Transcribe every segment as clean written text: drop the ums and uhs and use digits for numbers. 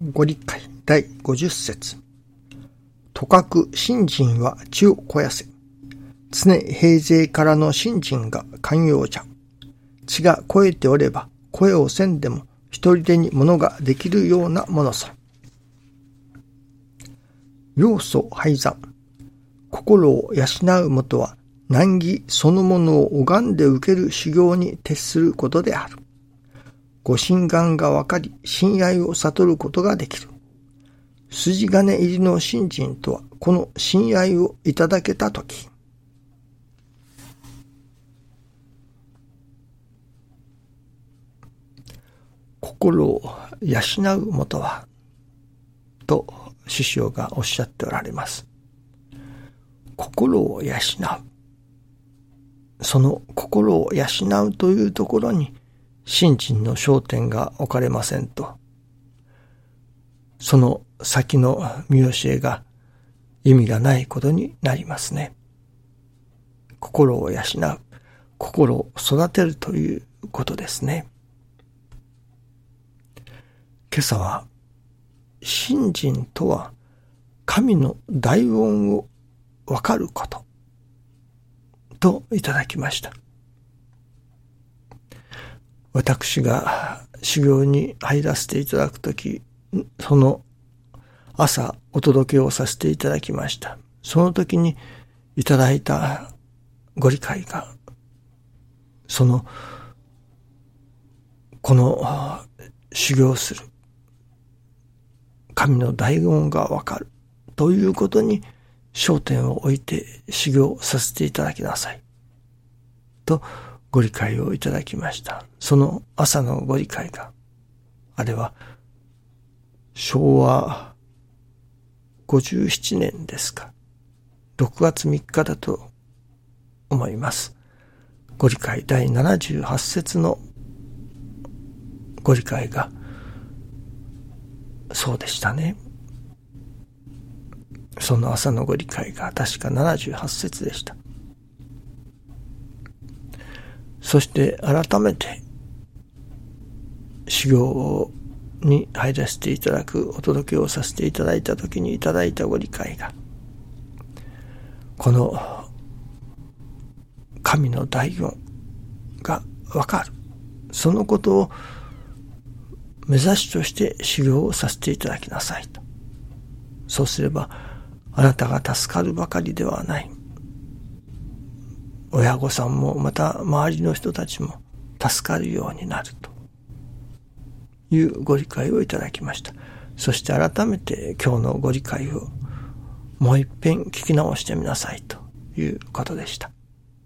ご理解第50節。とかく信心は地を肥やせ。常平勢からの信心が寛容じゃ。地が肥えておれば、肥えをせんでも一人でにものができるようなものさ。要素拝山。心を養うもとは、難儀そのものを拝んで受ける修行に徹することである。ご心願がわかり、親愛を悟ることができる。筋金入りの信心とは、この親愛をいただけたとき。心を養うもとは、と師匠がおっしゃっておられます。心を養う。その心を養うというところに、信心の焦点が置かれませんと、その先の見教えが意味がないことになりますね。心を養う、心を育てるということですね。今朝は、信心とは神の大恩をわかることといただきました。私が修行に入らせていただくとき、その朝お届けをさせていただきました。その時にいただいたご理解が、この修行する神の大恩がわかるということに焦点を置いて修行させていただきなさいとご理解をいただきました。その朝のご理解が、あれは昭和57年ですか、6月3日だと思います。ご理解第78節のご理解がそうでしたね。その朝のご理解が確か78節でした。そして改めて修行に入らせていただくお届けをさせていただいたときにいただいたご理解が、この神の大恩がわかる、そのことを目指しとして修行をさせていただきなさいと。そうすればあなたが助かるばかりではない、親御さんもまた周りの人たちも助かるようになるというご理解をいただきました。そして改めて今日のご理解をもう一遍聞き直してみなさいということでした。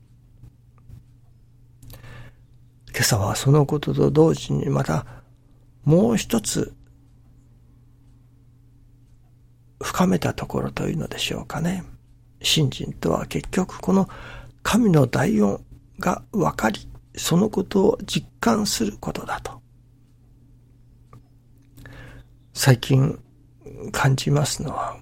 今朝はそのことと同時にまたもう一つ深めたところというのでしょうかね。信心とは結局この神の大恩が分かり、そのことを実感することだと。最近感じますのは、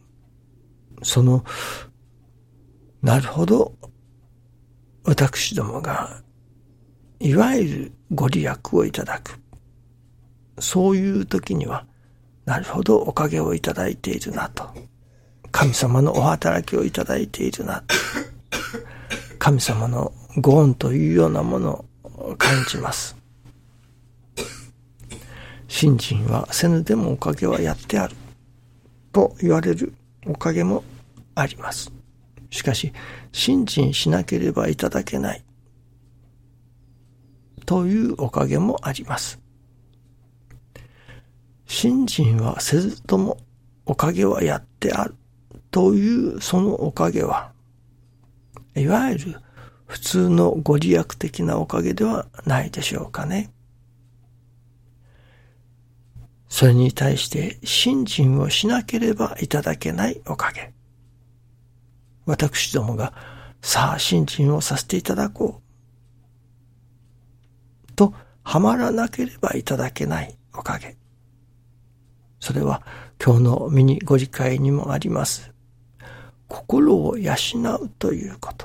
なるほど、私どもがいわゆるご利益をいただく、そういう時にはなるほどおかげをいただいているなと、神様のお働きをいただいているなと、神様のご恩というようなものを感じます。信心はせぬでもおかげはやってあると言われるおかげもあります。しかし信心しなければいただけないというおかげもあります。信心はせずともおかげはやってあるというそのおかげは、いわゆる普通のご利益的なおかげではないでしょうかね。それに対して信心をしなければいただけないおかげ。私どもがさあ信心をさせていただこうとはまらなければいただけないおかげ。それは今日のミニご理解にもあります。心を養うということ。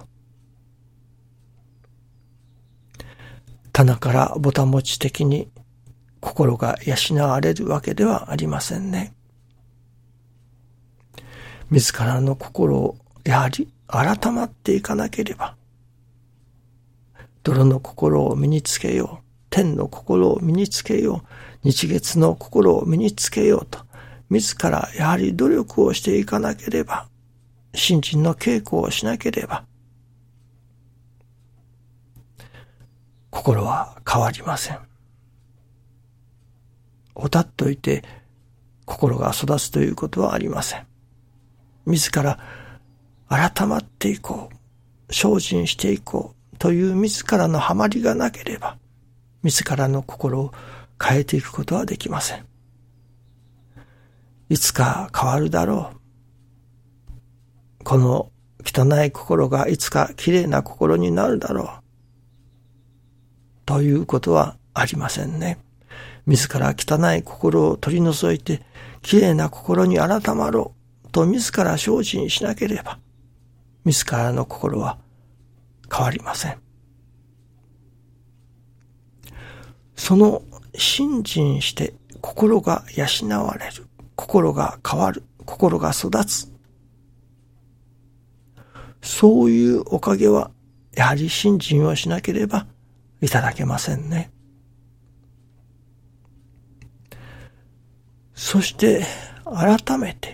棚からぼたもち的に心が養われるわけではありませんね。 自らの心をやはり改まっていかなければ、泥の心を身につけよう、天の心を身につけよう、日月の心を身につけようと、自らやはり努力をしていかなければ、信心の稽古をしなければ、心は変わりません。おたっといて心が育つということはありません。自ら改まっていこう、精進していこうという自らのハマりがなければ、自らの心を変えていくことはできません。いつか変わるだろう。この汚い心がいつかきれいな心になるだろう。ということはありませんね。自ら汚い心を取り除いて、きれいな心に改まろうと自ら精進しなければ、自らの心は変わりません。その信心して心が養われる、心が変わる、心が育つ。そういうおかげは、やはり信心をしなければいただけませんね。そして改めて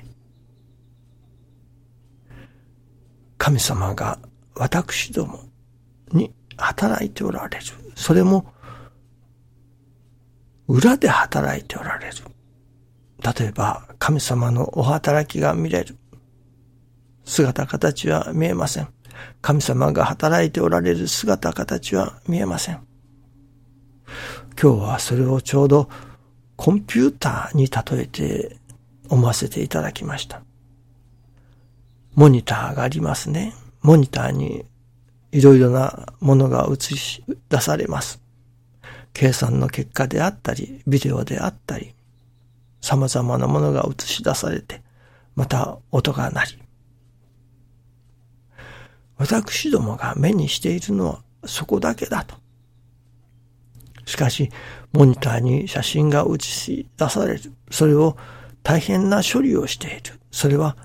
神様が私どもに働いておられる。それも裏で働いておられる。例えば神様のお働きが見れる。姿形は見えません。神様が働いておられる姿形は見えません。今日はそれをちょうどコンピューターに例えて思わせていただきました。モニターがありますね。モニターにいろいろなものが映し出されます。計算の結果であったり、ビデオであったり、様々なものが映し出されて、また音が鳴り。私どもが目にしているのはそこだけだと。しかし、モニターに写真が映し出される。それを大変な処理をしている。それは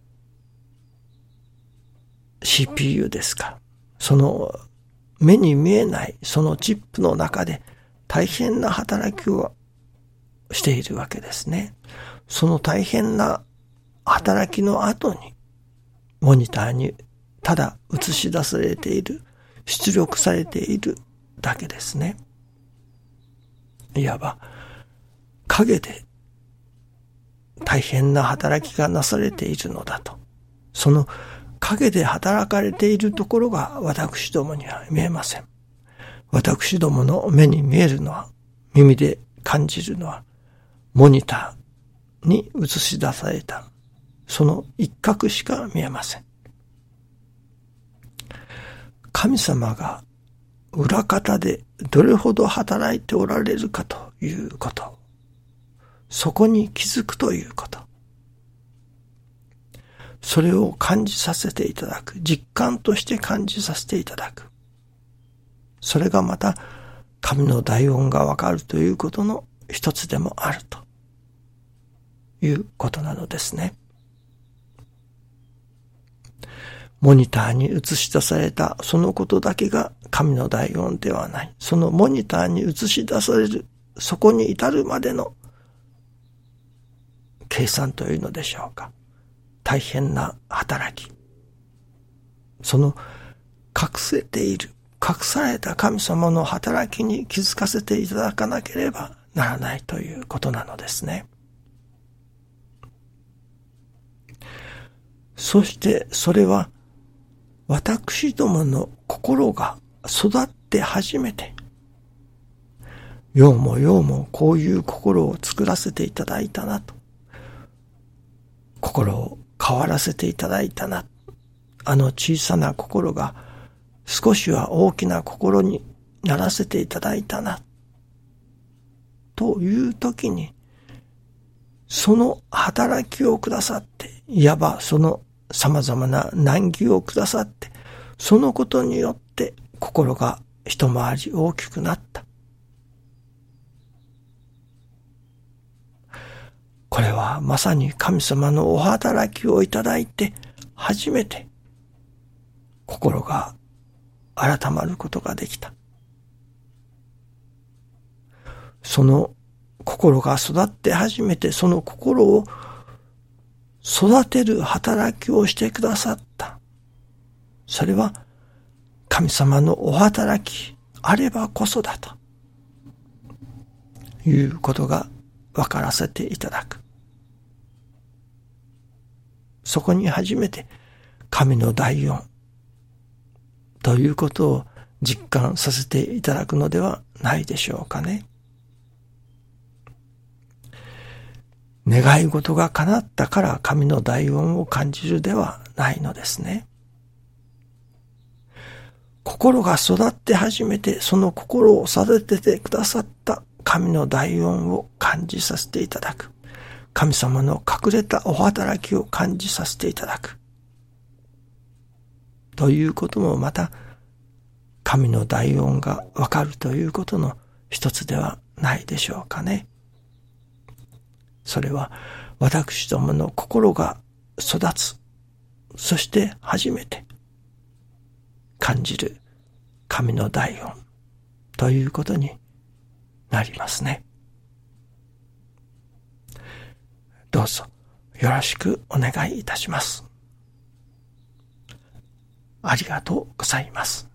CPU ですか。その目に見えないそのチップの中で大変な働きをしているわけですね。その大変な働きの後にモニターにただ映し出されている、出力されているだけですね。いわば影で大変な働きがなされているのだと。その影で働かれているところが私どもには見えません。私どもの目に見えるのは、耳で感じるのは、モニターに映し出されたその一角しか見えません。神様が裏方でどれほど働いておられるかということ、そこに気づくということ、それを感じさせていただく、実感として感じさせていただく、それがまた神の大恩がわかるということの一つでもあるということなのですね。モニターに映し出されたそのことだけが神の大恩ではない。そのモニターに映し出される、そこに至るまでの計算というのでしょうか。大変な働き。その隠せている、隠された神様の働きに気づかせていただかなければならないということなのですね。そしてそれは私どもの心が育って初めて、ようもこういう心を作らせていただいたなと、心を変わらせていただいたな、あの小さな心が少しは大きな心にならせていただいたなという時に、その働きをくださって、いわばその様々な難儀をくださって、そのことによって心が一回り大きくなった。 これはまさに神様のお働きをいただいて初めて心が改まることができた。その心が育って初めてその心を育てる働きをしてくださった。それは神様のお働きあればこそだということが分からせていただく。そこに初めて神の大恩ということを実感させていただくのではないでしょうかね。願い事が叶ったから神の大恩を感じるではないのですね。心が育って初めてその心を育ててくださった神の大恩を感じさせていただく。神様の隠れたお働きを感じさせていただく。ということもまた神の大恩がわかるということの一つではないでしょうかね。それは私どもの心が育つ。そして初めて感じる神の大恩ということになりますね。どうぞよろしくお願いいたします。ありがとうございます。